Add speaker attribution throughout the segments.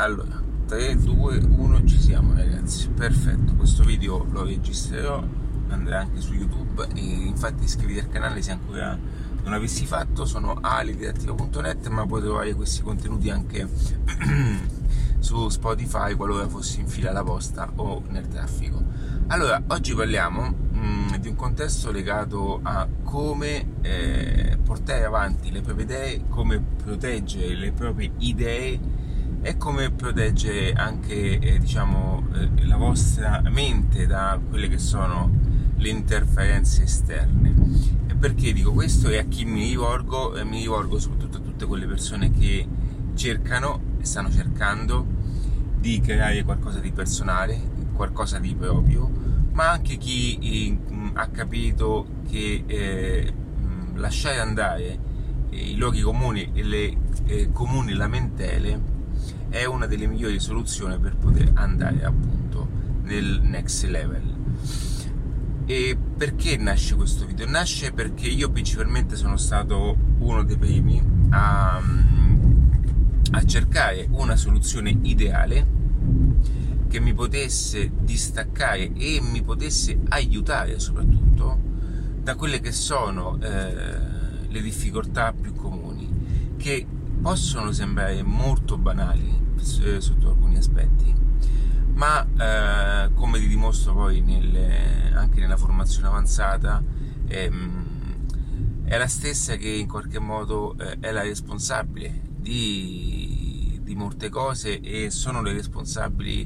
Speaker 1: Allora, 3, 2, 1, ci siamo ragazzi, perfetto. Questo video lo registrerò, andrà anche su YouTube e infatti iscriviti al canale se ancora non avessi fatto. Sono ali.didattica.net, ma puoi trovare questi contenuti anche su Spotify qualora fossi in fila alla posta o nel traffico. Allora, oggi parliamo di un contesto legato a come portare avanti le proprie idee, come proteggere le proprie idee e come proteggere anche la vostra mente da quelle che sono le interferenze esterne. E perché dico questo e a chi mi rivolgo? Mi rivolgo soprattutto a tutte quelle persone che cercano e stanno cercando di creare qualcosa di personale, qualcosa di proprio, ma anche chi ha capito che lasciare andare i luoghi comuni e le comuni lamentele è una delle migliori soluzioni per poter andare appunto nel next level. E perché nasce questo video? Nasce perché io principalmente sono stato uno dei primi a cercare una soluzione ideale che mi potesse distaccare e mi potesse aiutare soprattutto da quelle che sono le difficoltà più comuni, che possono sembrare molto banali sotto alcuni aspetti, ma come ti dimostro poi anche nella formazione avanzata, è la stessa che in qualche modo è la responsabile di molte cose e sono le responsabili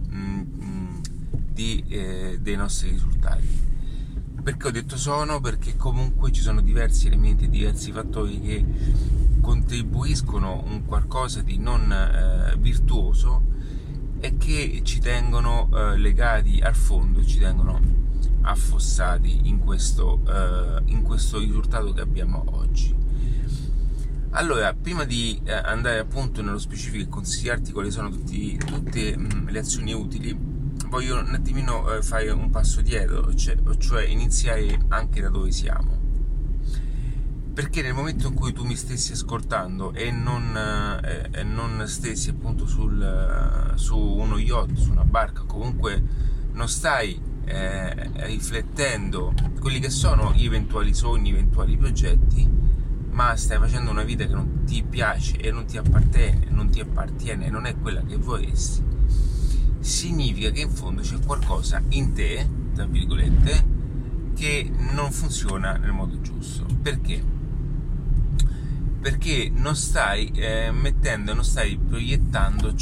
Speaker 1: dei nostri risultati. Perché ho detto sono? Perché comunque ci sono diversi elementi, diversi fattori che contribuiscono un qualcosa di non virtuoso e che ci tengono legati al fondo, ci tengono affossati in questo risultato che abbiamo oggi. Allora, prima di andare appunto nello specifico e consigliarti quali sono tutte le azioni utili, voglio un attimino fare un passo dietro, cioè iniziare anche da dove siamo. Perché nel momento in cui tu mi stessi ascoltando e non stessi appunto su uno yacht, su una barca, comunque non stai riflettendo quelli che sono gli eventuali sogni, eventuali progetti, ma stai facendo una vita che non ti piace e non ti appartiene, non è quella che vorresti, significa che in fondo c'è qualcosa in te, tra virgolette, che non funziona nel modo giusto. Perché? Perché non stai non stai proiettando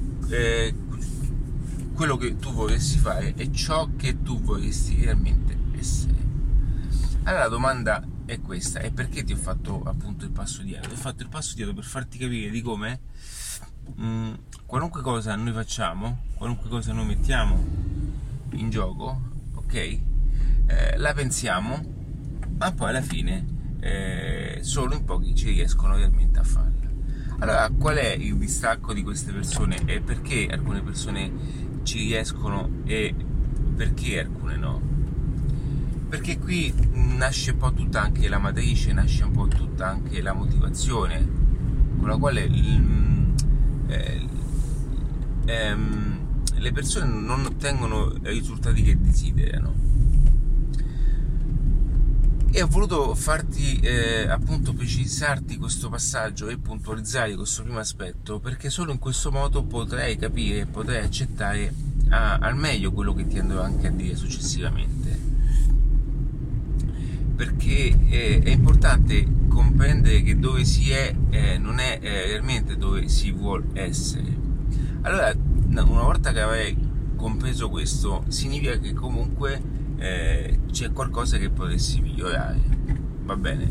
Speaker 1: quello che tu vorresti fare e ciò che tu vorresti realmente essere. Allora la domanda è questa: e perché ti ho fatto appunto il passo dietro? Ti ho fatto il passo dietro per farti capire di come qualunque cosa noi facciamo, qualunque cosa noi mettiamo in gioco, ok? La pensiamo, ma poi alla fine solo in pochi ci riescono realmente a farla. Allora, qual è il distacco di queste persone e perché alcune persone ci riescono e perché alcune no? Perché qui nasce un po' tutta anche la matrice, nasce un po' tutta anche la motivazione con la quale le persone non ottengono i risultati che desiderano. E ho voluto farti appunto precisarti questo passaggio e puntualizzare questo primo aspetto, perché solo in questo modo potrai capire, potrai accettare al meglio quello che ti andrò anche a dire successivamente. Perché è importante comprendere che dove si è non è realmente dove si vuol essere. Allora, una volta che avrai compreso questo, significa che comunque c'è qualcosa che potresti migliorare, va bene?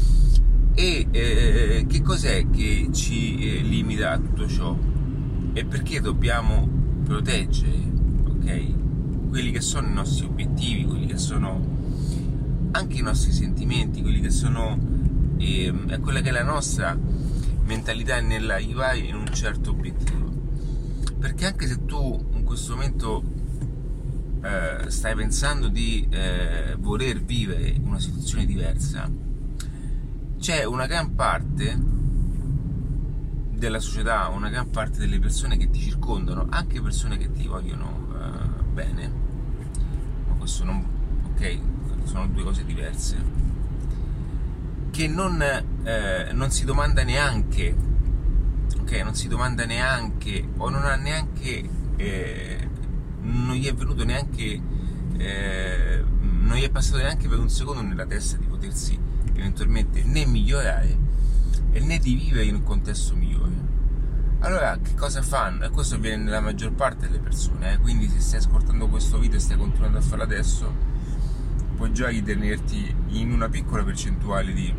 Speaker 1: E che cos'è che ci limita a tutto ciò? E perché dobbiamo proteggere, ok? Quelli che sono i nostri obiettivi, quelli che sono anche i nostri sentimenti, quelli che sono quella che è la nostra mentalità nell'arrivare in un certo obiettivo. Perché anche se tu in questo momento stai pensando di voler vivere una situazione diversa, c'è una gran parte della società, una gran parte delle persone che ti circondano, anche persone che ti vogliono bene, ma questo non, ok, sono due cose diverse, che non si domanda neanche, ok, non si domanda neanche, o non ha neanche, non gli è venuto neanche, non gli è passato neanche per un secondo nella testa di potersi eventualmente né migliorare e né di vivere in un contesto migliore. Allora che cosa fanno? E questo avviene nella maggior parte delle persone, quindi se stai ascoltando questo video e stai continuando a farlo adesso, puoi già ritenerti in una piccola percentuale di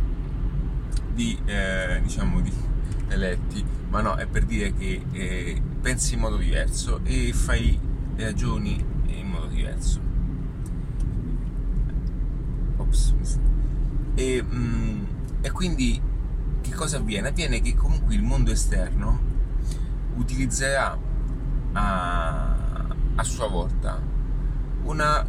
Speaker 1: eletti, ma no, è per dire che pensi in modo diverso e fai le ragioni in modo diverso. E quindi che cosa avviene? Avviene che comunque il mondo esterno utilizzerà a sua volta una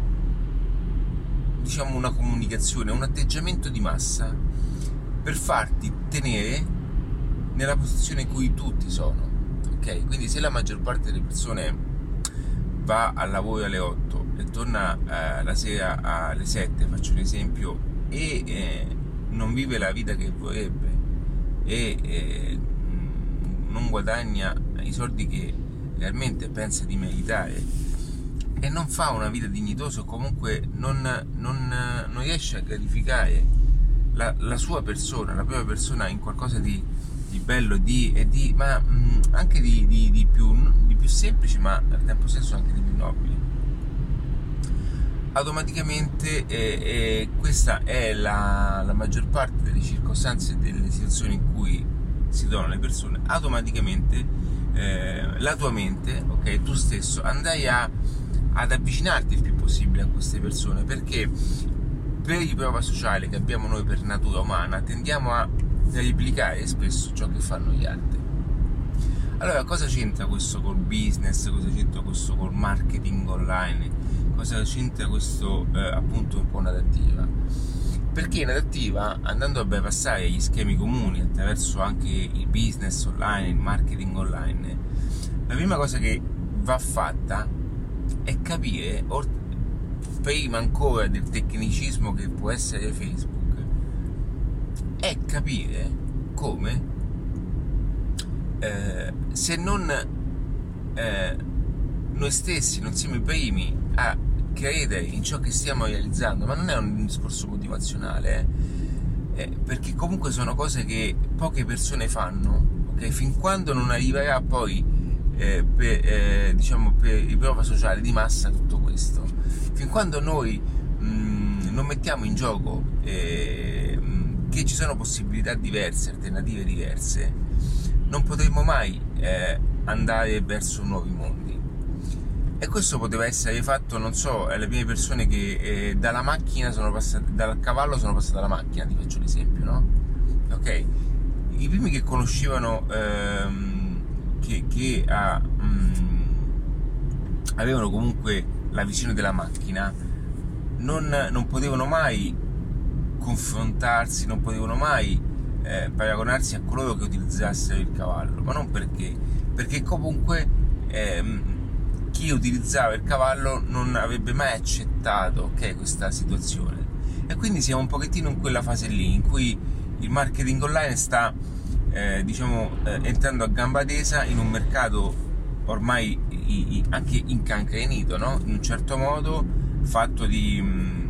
Speaker 1: comunicazione, un atteggiamento di massa per farti tenere nella posizione in cui tutti sono, ok? Quindi se la maggior parte delle persone va al lavoro alle 8 e torna la sera alle 7, faccio un esempio, e non vive la vita che vorrebbe e non guadagna i soldi che realmente pensa di meritare e non fa una vita dignitosa, o comunque non riesce a gratificare la sua persona, la propria persona in qualcosa di bello, ma anche di più semplice, ma al tempo stesso anche di più nobile. Automaticamente questa è la maggior parte delle circostanze e delle situazioni in cui si trovano le persone. Automaticamente la tua mente, ok, tu stesso andrai ad avvicinarti il più possibile a queste persone, perché per la prova sociale che abbiamo noi per natura umana tendiamo a replicare spesso ciò che fanno gli altri. Allora cosa c'entra questo col business, cosa c'entra questo col marketing online, cosa c'entra questo appunto un po' in adattiva? Perché in adattiva, andando a bypassare gli schemi comuni attraverso anche il business online, il marketing online, la prima cosa che va fatta è capire, prima ancora del tecnicismo che può essere Facebook, è capire come se non noi stessi non siamo i primi a credere in ciò che stiamo realizzando, ma non è un discorso motivazionale, perché comunque sono cose che poche persone fanno, ok? Fin quando non arriverà poi per i prova sociali di massa tutto questo, fin quando noi non mettiamo in gioco che ci sono possibilità diverse, alternative diverse, non potremo mai andare verso nuovi mondi. E questo poteva essere fatto, non so, alle prime persone che dalla macchina sono passate, dal cavallo sono passate alla macchina, ti faccio l'esempio, no? Ok? I primi che conoscevano che avevano comunque la visione della macchina non potevano mai confrontarsi, non potevano mai paragonarsi a coloro che utilizzassero il cavallo, ma non perché comunque chi utilizzava il cavallo non avrebbe mai accettato questa situazione, e quindi siamo un pochettino in quella fase lì in cui il marketing online sta entrando a gamba tesa in un mercato ormai anche incancrenito, no? In un certo modo, fatto di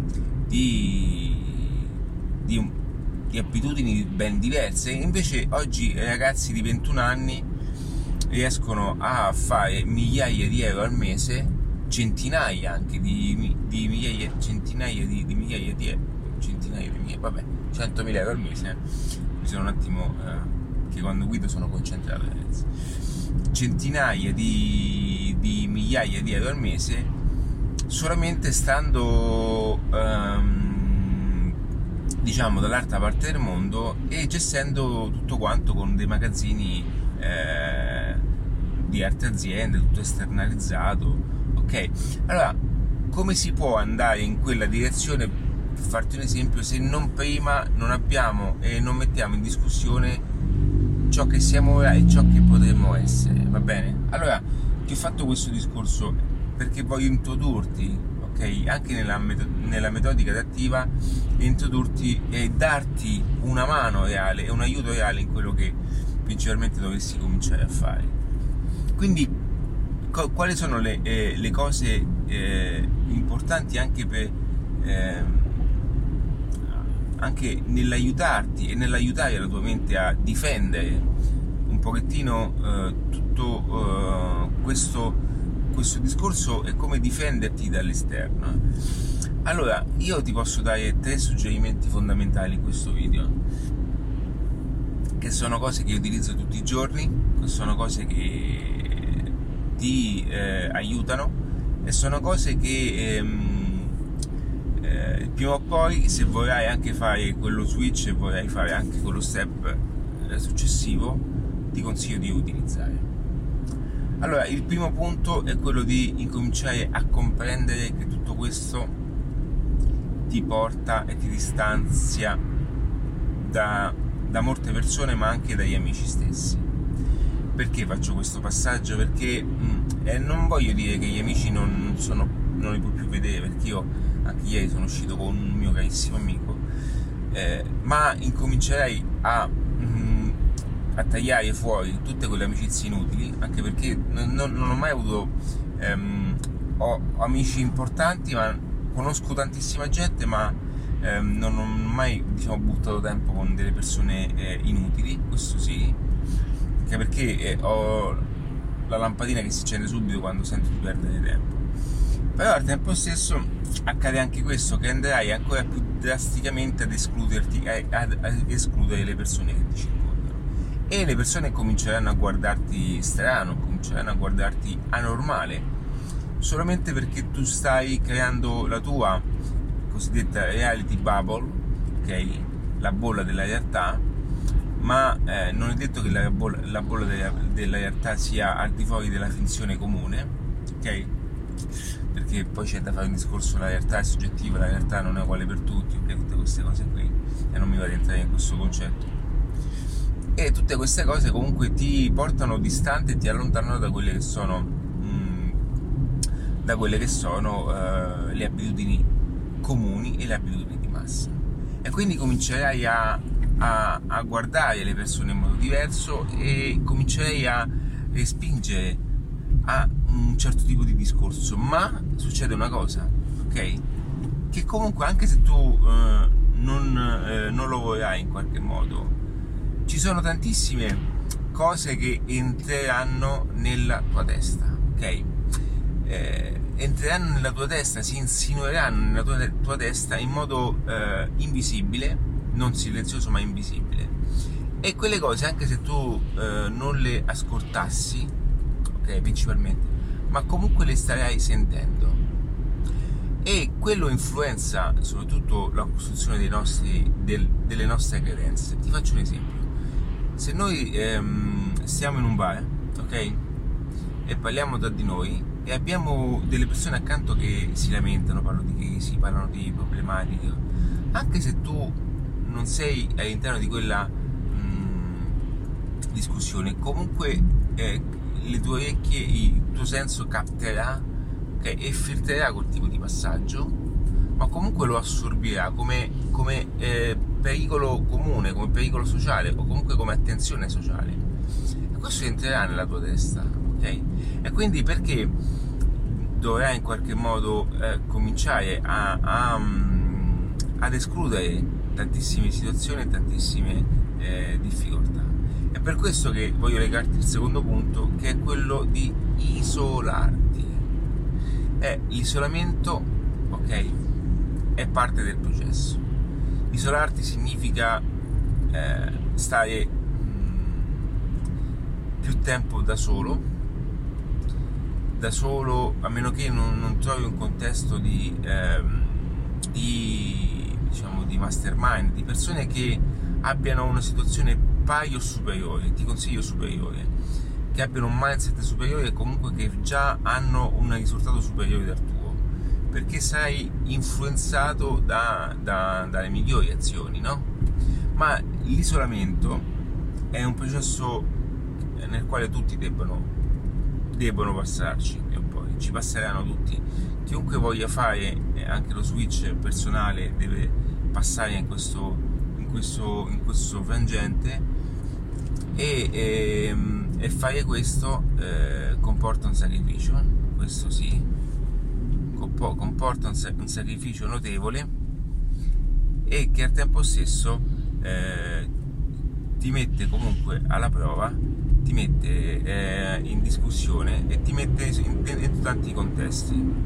Speaker 1: abitudini ben diverse. Invece oggi ragazzi di 21 anni riescono a fare migliaia di euro al mese, centinaia anche di migliaia, vabbè, 100.000 euro al mese. Mi sono un attimo che quando guido sono concentrato, ragazzi. Centinaia di migliaia di euro al mese solamente stando dall'altra parte del mondo e gestendo tutto quanto con dei magazzini di altre aziende, tutto esternalizzato, ok? Allora, come si può andare in quella direzione? Per farti un esempio, se non prima non abbiamo e non mettiamo in discussione ciò che siamo ora e ciò che potremmo essere, va bene? Allora, ti ho fatto questo discorso perché voglio introdurti, ok? Anche nella metodica adattiva, introdurti e darti una mano reale e un aiuto reale in quello che principalmente dovresti cominciare a fare. Quindi, quali sono le cose importanti anche nell'aiutarti e nell'aiutare la tua mente a difendere un pochettino tutto questo discorso e come difenderti dall'esterno. Allora, io ti posso dare 3 suggerimenti fondamentali in questo video, che sono cose che io utilizzo tutti i giorni, che sono cose che ti aiutano e sono cose che prima o poi, se vorrai anche fare quello switch e vorrai fare anche quello step successivo, ti consiglio di utilizzare. Allora, il primo punto è quello di incominciare a comprendere che tutto questo ti porta e ti distanzia da molte persone, ma anche dagli amici stessi. Perché faccio questo passaggio? Perché non voglio dire che gli amici non li puoi più vedere, perché io anche ieri sono uscito con un mio carissimo amico, ma incomincerei a tagliare fuori tutte quelle amicizie inutili, anche perché non ho mai avuto ho amici importanti, ma conosco tantissima gente, ma non ho mai, diciamo, buttato tempo con delle persone inutili, questo sì, anche perché ho la lampadina che si accende subito quando sento di perdere tempo. Però al tempo stesso accade anche questo, che andrai ancora più drasticamente ad escludere le persone che ti circondano, e le persone cominceranno a guardarti strano, cominceranno a guardarti anormale, solamente perché tu stai creando la tua cosiddetta reality bubble, ok? La bolla della realtà, ma non è detto che la bolla della realtà sia al di fuori della finzione comune, ok? Perché poi c'è da fare un discorso, la realtà è soggettiva, la realtà non è uguale per tutti, ok? Tutte queste cose qui, e non mi va di entrare in questo concetto. E tutte queste cose comunque ti portano distante e ti allontanano da quelle che sono le abitudini comuni e le abitudini di massa. E quindi comincerai a guardare le persone in modo diverso e comincerai a respingere a un certo tipo di discorso. Ma succede una cosa, ok? Che comunque, anche se tu non lo vorrai in qualche modo, ci sono tantissime cose che entreranno nella tua testa, ok? Entreranno nella tua testa, si insinueranno nella tua testa in modo invisibile, non silenzioso ma invisibile, e quelle cose, anche se tu non le ascoltassi, ok, principalmente, ma comunque le starai sentendo, e quello influenza soprattutto la costruzione delle nostre credenze. Ti faccio un esempio: se noi stiamo in un bar, ok, e parliamo tra di noi e abbiamo delle persone accanto che si lamentano, parlano di crisi, parlano di problematiche, anche se tu non sei all'interno di quella discussione, comunque le tue orecchie, il tuo senso capterà, okay, e filtrerà quel tipo di passaggio, ma comunque lo assorbirà come pericolo comune, come pericolo sociale, o comunque come attenzione sociale, e questo entrerà nella tua testa, ok? E quindi perché dovrai in qualche modo cominciare ad escludere tantissime situazioni e tantissime difficoltà. È per questo che voglio legarti il secondo punto, che è quello di isolarti. L'isolamento, ok, è parte del processo. Isolarti significa stare più tempo da solo, a meno che non trovi un contesto di mastermind, di persone che abbiano una situazione pari o superiore, ti consiglio superiore, che abbiano un mindset superiore e comunque che già hanno un risultato superiore dal tuo, perché sarai influenzato dalle migliori azioni, no? Ma l'isolamento è un processo nel quale tutti debbono passarci, e poi ci passeranno tutti. Chiunque voglia fare anche lo switch personale deve passare in questo frangente, e fare questo comporta un sacrificio, questo sì, comporta un sacrificio notevole, e che al tempo stesso ti mette comunque alla prova, ti mette in discussione e ti mette in tanti contesti.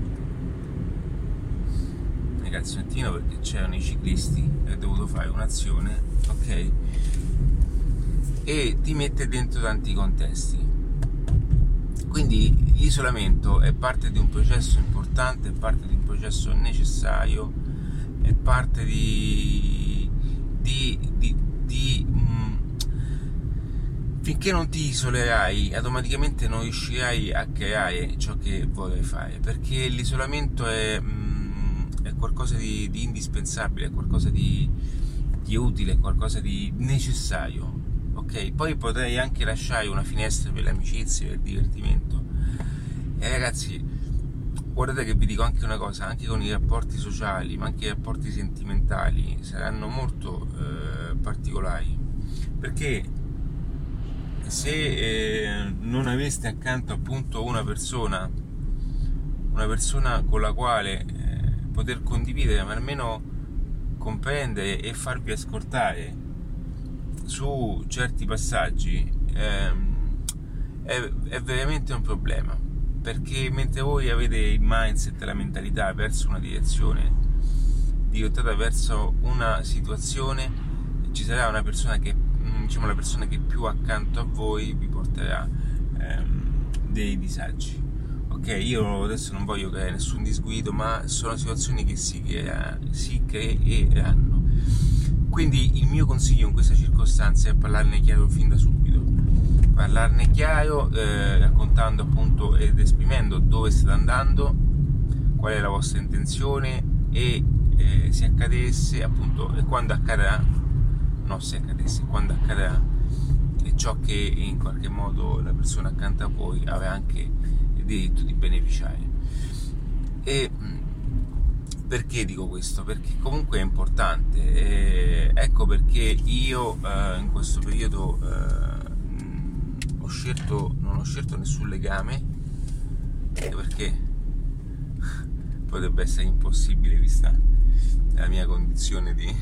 Speaker 1: Ragazzi, un attimo, perché c'erano i ciclisti e ho dovuto fare un'azione, ok? E ti mette dentro tanti contesti. Quindi l'isolamento è parte di un processo importante, è parte di un processo necessario, è parte finché non ti isolerai, automaticamente non riuscirai a creare ciò che vorrai fare, perché l'isolamento è qualcosa di indispensabile, è qualcosa di utile, è qualcosa di necessario, ok? Poi potrei anche lasciare una finestra per le amicizie, per il divertimento, e ragazzi, guardate che vi dico anche una cosa, anche con i rapporti sociali, ma anche i rapporti sentimentali saranno molto particolari, perché se non aveste accanto appunto una persona con la quale poter condividere, ma almeno comprendere e farvi ascoltare su certi passaggi, è veramente un problema, perché mentre voi avete il mindset e la mentalità verso una direzione, diretta verso una situazione, ci sarà una persona che, diciamo, la persona che più accanto a voi vi porterà dei disagi. Ok, io adesso non voglio creare nessun disguido, ma sono situazioni che si creeranno. Quindi il mio consiglio in questa circostanza è parlarne chiaro fin da subito, raccontando appunto ed esprimendo dove state andando, qual è la vostra intenzione, e se accadesse appunto, e quando accadrà, quando accadrà, è ciò che in qualche modo la persona accanto a voi avrà anche il diritto di beneficiare. E perché dico questo? Perché comunque è importante, ecco perché io in questo periodo non ho scelto nessun legame, perché potrebbe essere impossibile vista la mia condizione il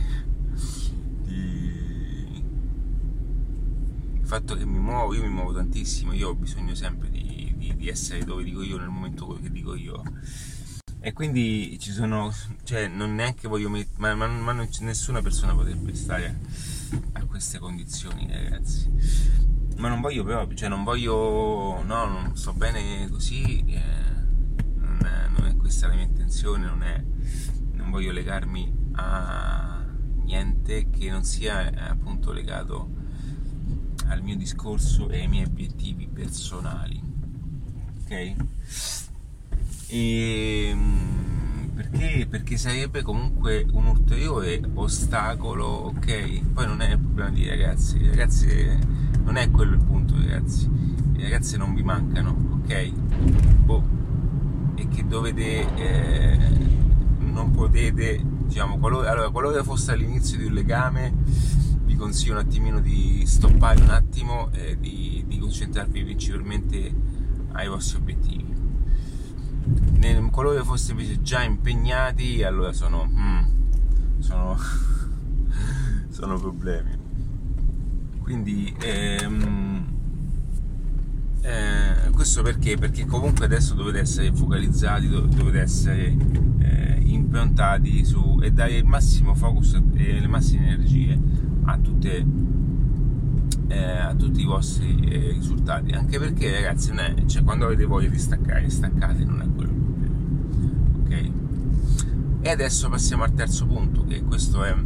Speaker 1: fatto che io mi muovo tantissimo, io ho bisogno sempre di essere dove dico io, nel momento che dico io, e quindi ci sono, cioè non neanche voglio ma nessuna persona potrebbe stare a queste condizioni, ragazzi, ma non voglio proprio, cioè non sto bene così, non è questa la mia intenzione, non voglio legarmi a niente che non sia appunto legato al mio discorso e ai miei obiettivi personali, ok? E perché sarebbe comunque un ulteriore ostacolo, ok? Poi non è il problema di ragazzi, non è quello il punto, ragazzi. Le ragazze non vi mancano, ok? E che non potete, diciamo, qualora fosse all'inizio di un legame, vi consiglio un attimino di stoppare un attimo e di concentrarvi principalmente ai vostri obiettivi. Qualora foste invece già impegnati, allora sono problemi. Quindi questo perché comunque adesso dovete essere focalizzati, dovete essere improntati su e dare il massimo focus e le massime energie a tutti i vostri risultati, anche perché, ragazzi, quando avete voglia di staccate, non è quello il problema, ok? E adesso passiamo al terzo punto, che questo è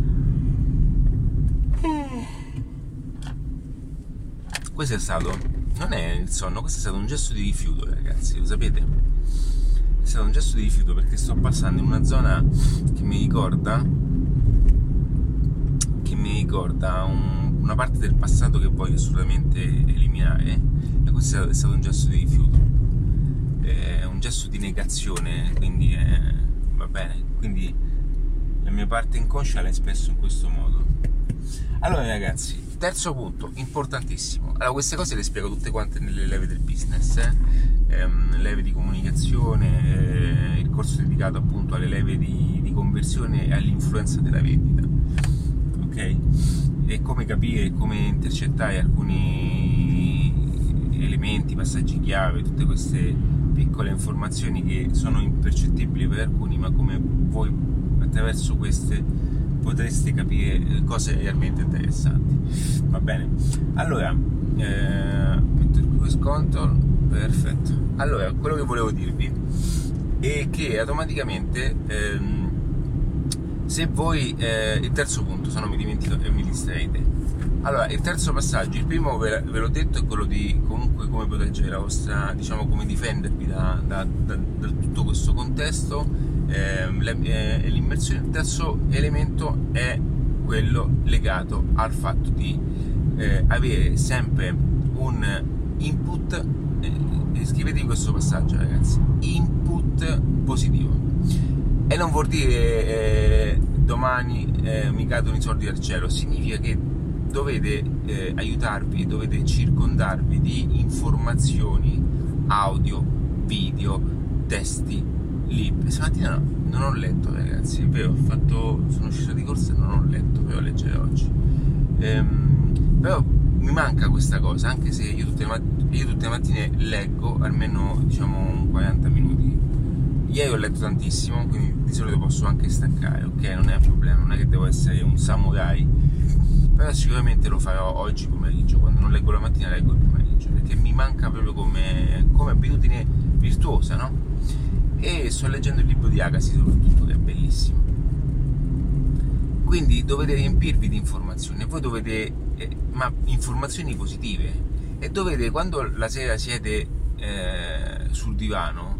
Speaker 1: non è il sonno, questo è stato un gesto di rifiuto, ragazzi, lo sapete? È stato un gesto di rifiuto, perché sto passando in una zona che mi ricorda un una parte del passato che voglio assolutamente eliminare, e questo è stato un gesto di rifiuto, è un gesto di negazione, quindi va bene, quindi la mia parte inconscia l'ha espresso in questo modo. Allora ragazzi, terzo punto, importantissimo. Allora, queste cose le spiego tutte quante nelle leve del business, leve di comunicazione, il corso dedicato appunto alle leve di conversione e all'influenza della vendita, ok? E come capire, come intercettare alcuni elementi, passaggi chiave, tutte queste piccole informazioni che sono impercettibili per alcuni, ma come voi attraverso queste potreste capire cose realmente interessanti. Va bene? Allora, metto il cruise control, perfetto. Allora, quello che volevo dirvi è che automaticamente se voi il terzo punto, se no mi dimentico e mi distraete. Allora, il terzo passaggio, il primo ve l'ho detto, è quello di comunque come proteggere la vostra, diciamo, come difendervi da tutto questo contesto, l'immersione. Il terzo elemento è quello legato al fatto di avere sempre un input, scrivetevi questo passaggio ragazzi, input positivo, e non vuol dire domani mi cadono i soldi dal cielo, significa che dovete aiutarvi, dovete circondarvi di informazioni, audio, video, testi, libri. Stamattina non ho letto ragazzi, sono uscito di corsa e non ho letto, però leggere oggi. Però mi manca questa cosa, anche se io tutte le mattine leggo almeno, diciamo, 40 minuti. Ieri ho letto tantissimo, quindi di solito posso anche staccare, ok? Non è un problema, non è che devo essere un samurai, però sicuramente lo farò oggi pomeriggio. Quando non leggo la mattina, leggo il pomeriggio, perché mi manca proprio come abitudine virtuosa, no? E sto leggendo il libro di Agassi soprattutto, che è bellissimo. Quindi dovete riempirvi di informazioni, e voi dovete, ma informazioni positive, e dovete, quando la sera siete sul divano,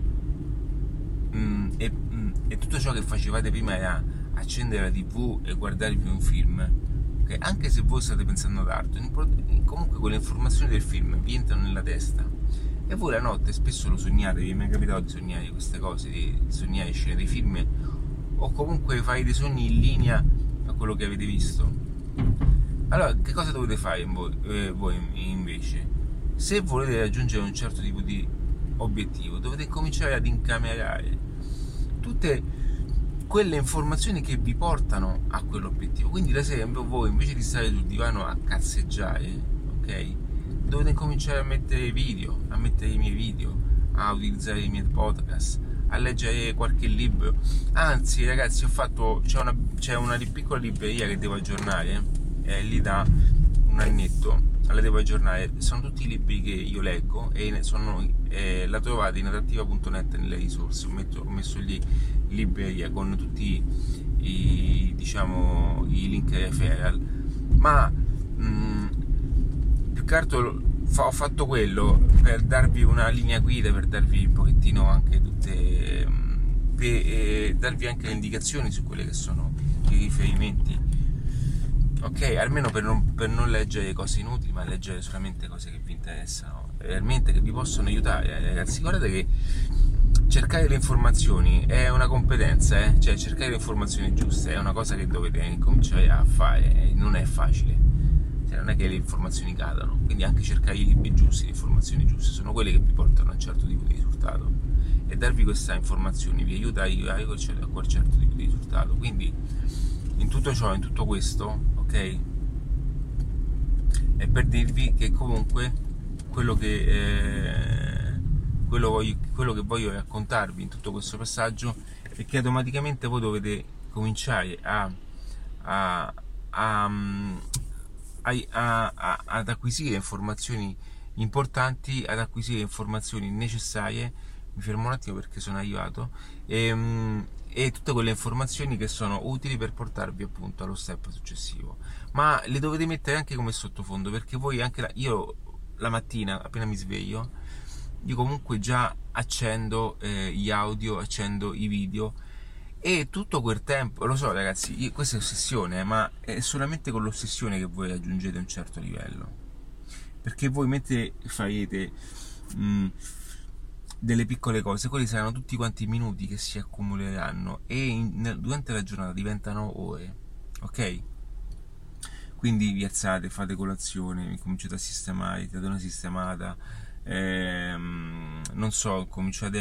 Speaker 1: e tutto ciò che facevate prima era accendere la TV e guardarvi un film, okay? Anche se voi state pensando ad altro, comunque quelle informazioni del film vi entrano nella testa, e voi la notte spesso lo sognate. Vi è mai capitato di sognare queste cose, di sognare scene dei film, o comunque fare dei sogni in linea a quello che avete visto? Allora, che cosa dovete fare voi invece? Se volete raggiungere un certo tipo di obiettivo, dovete cominciare ad incamerare tutte quelle informazioni che vi portano a quell'obiettivo. Quindi la sera voi, invece di stare sul divano a cazzeggiare, ok, dovete cominciare a mettere video, a mettere i miei video, a utilizzare i miei podcast, a leggere qualche libro. Anzi ragazzi, c'è una piccola libreria che devo aggiornare, è lì da un annetto, la devo aggiornare. Sono tutti i libri che io leggo e la trovate in adattiva.net nelle risorse. Ho messo lì libreria con tutti i link referral, ma più che altro ho fatto quello per darvi una linea guida, per darvi un pochettino anche darvi anche le indicazioni su quelli che sono i riferimenti, ok? Almeno per non leggere cose inutili, ma leggere solamente cose che vi interessano realmente, che vi possono aiutare. Ragazzi, guardate che cercare le informazioni è una competenza, cioè cercare le informazioni giuste è una cosa che dovete cominciare a fare, non è facile, cioè non è che le informazioni cadano. Quindi anche cercare i libri giusti, le informazioni giuste, sono quelle che vi portano a un certo tipo di risultato, e darvi queste informazioni vi aiuta a arrivare a quel certo tipo di risultato. Quindi in tutto ciò, in tutto questo, ok, è per dirvi che comunque quello che voglio raccontarvi in tutto questo passaggio è che automaticamente voi dovete cominciare ad acquisire informazioni importanti, ad acquisire informazioni necessarie. Mi fermo un attimo perché sono arrivato, e tutte quelle informazioni che sono utili per portarvi appunto allo step successivo, ma le dovete mettere anche come sottofondo, perché voi io la mattina appena mi sveglio, io comunque già accendo gli audio, accendo i video, E tutto quel tempo, lo so ragazzi, questa è ossessione, ma è solamente con l'ossessione che voi raggiungete un certo livello. Perché voi mentre farete delle piccole cose, quelli saranno tutti quanti minuti che si accumuleranno e durante la giornata diventano ore, ok? Quindi vi alzate, fate colazione, cominciate a sistemare, date una sistemata, non so, cominciate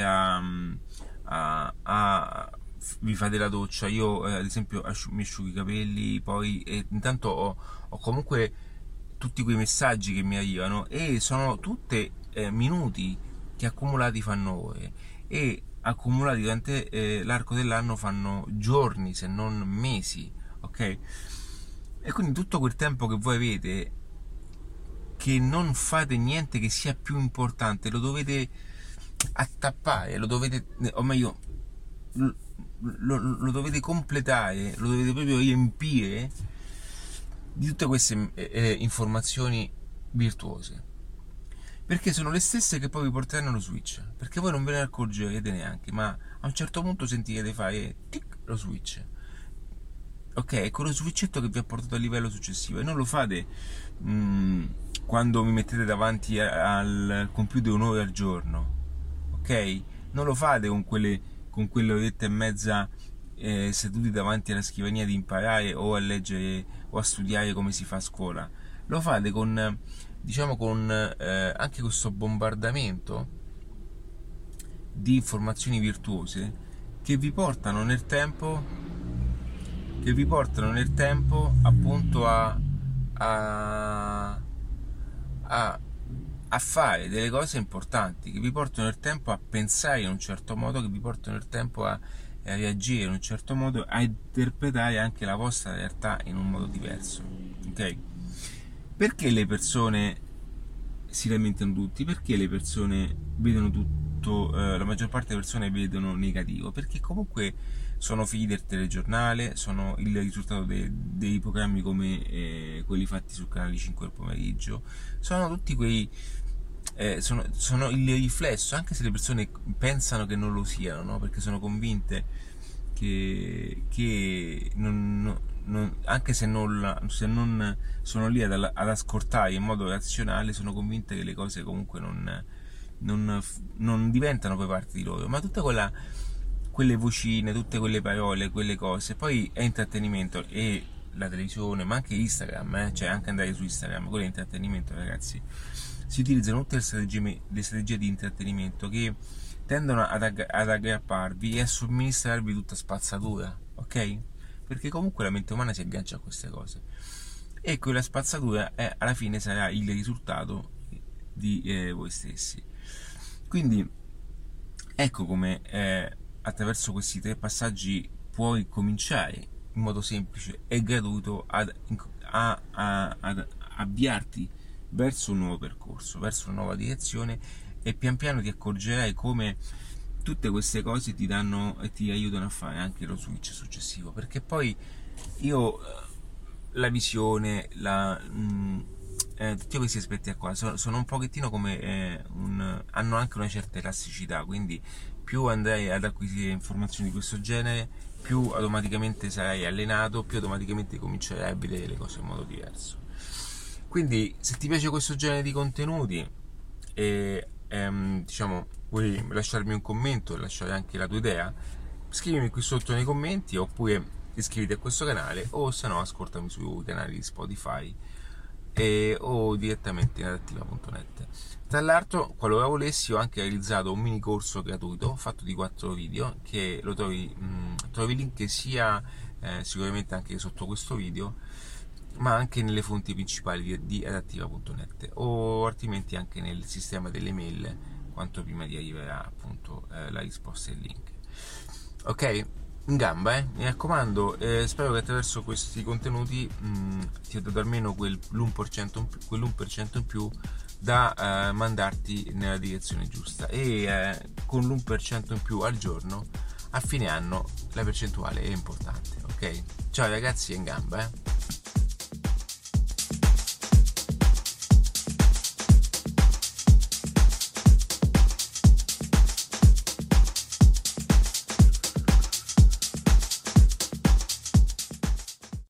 Speaker 1: vi fate la doccia. Io ad esempio mi asciugo i capelli, poi intanto ho comunque tutti quei messaggi che mi arrivano e sono tutte minuti che accumulati fanno ore e accumulati durante l'arco dell'anno fanno giorni se non mesi, ok? E quindi tutto quel tempo che voi avete che non fate niente che sia più importante lo attappare, lo dovete, o meglio, lo dovete completare, lo dovete proprio riempire di tutte queste informazioni virtuose, perché sono le stesse che poi vi porteranno allo switch, perché voi non ve ne accorgerete neanche, ma a un certo punto sentirete fare tic, lo switch, ok? È quello switchetto che vi ha portato al livello successivo, e non lo fate quando vi mettete davanti al computer un'ora al giorno, ok? Non lo fate con quelle orette e mezza seduti davanti alla scrivania di imparare o a leggere o a studiare come si fa a scuola. Lo fate con, diciamo, con anche questo bombardamento di informazioni virtuose che vi portano nel tempo appunto a fare delle cose importanti, che vi portano nel tempo a pensare in un certo modo, che vi portano nel tempo a reagire in un certo modo, a interpretare anche la vostra realtà in un modo diverso, ok? Perché le persone si lamentano tutti? Perché le persone vedono tutto, la maggior parte delle persone vedono negativo? Perché comunque sono figli del telegiornale, sono il risultato dei programmi come quelli fatti sul canale 5 del pomeriggio, sono tutti quei sono il riflesso, anche se le persone pensano che non lo siano, no? Perché sono convinte che anche se non sono lì ad ascoltare in modo razionale, sono convinte che le cose comunque non diventano poi parte di loro, ma tutta quelle vocine, tutte quelle parole, quelle cose, poi è intrattenimento. E la televisione, ma anche Instagram, cioè anche andare su Instagram, quello è intrattenimento, ragazzi. Si utilizzano tutte le strategie di intrattenimento che tendono ad aggrapparvi e a somministrarvi tutta spazzatura, ok? Perché comunque la mente umana si aggancia a queste cose e quella spazzatura alla fine sarà il risultato di voi stessi. Quindi ecco come attraverso questi 3 passaggi puoi cominciare in modo semplice e gratuito ad avviarti verso un nuovo percorso, verso una nuova direzione, e pian piano ti accorgerai come tutte queste cose ti danno e ti aiutano a fare anche lo switch successivo, perché poi la visione, tutti questi aspetti qua sono un pochettino come hanno anche una certa elasticità, quindi più andrai ad acquisire informazioni di questo genere, più automaticamente sarai allenato, più automaticamente comincerai a vedere le cose in modo diverso. Quindi se ti piace questo genere di contenuti e diciamo vuoi lasciarmi un commento e lasciare anche la tua idea, scrivimi qui sotto nei commenti, oppure iscriviti a questo canale, o se no ascoltami sui canali di Spotify o direttamente in adattiva.net. Tra l'altro, qualora volessi, ho anche realizzato un mini corso gratuito fatto di 4 video che lo trovi il link sia sicuramente anche sotto questo video, ma anche nelle fonti principali di adattiva.net, o altrimenti anche nel sistema delle mail quanto prima ti arriverà appunto la risposta e il link. Ok? In gamba, mi raccomando, spero che attraverso questi contenuti ti ho dato almeno quell'1% in più da mandarti nella direzione giusta, e con l'1% in più al giorno a fine anno la percentuale è importante, ok? Ciao ragazzi, in gamba,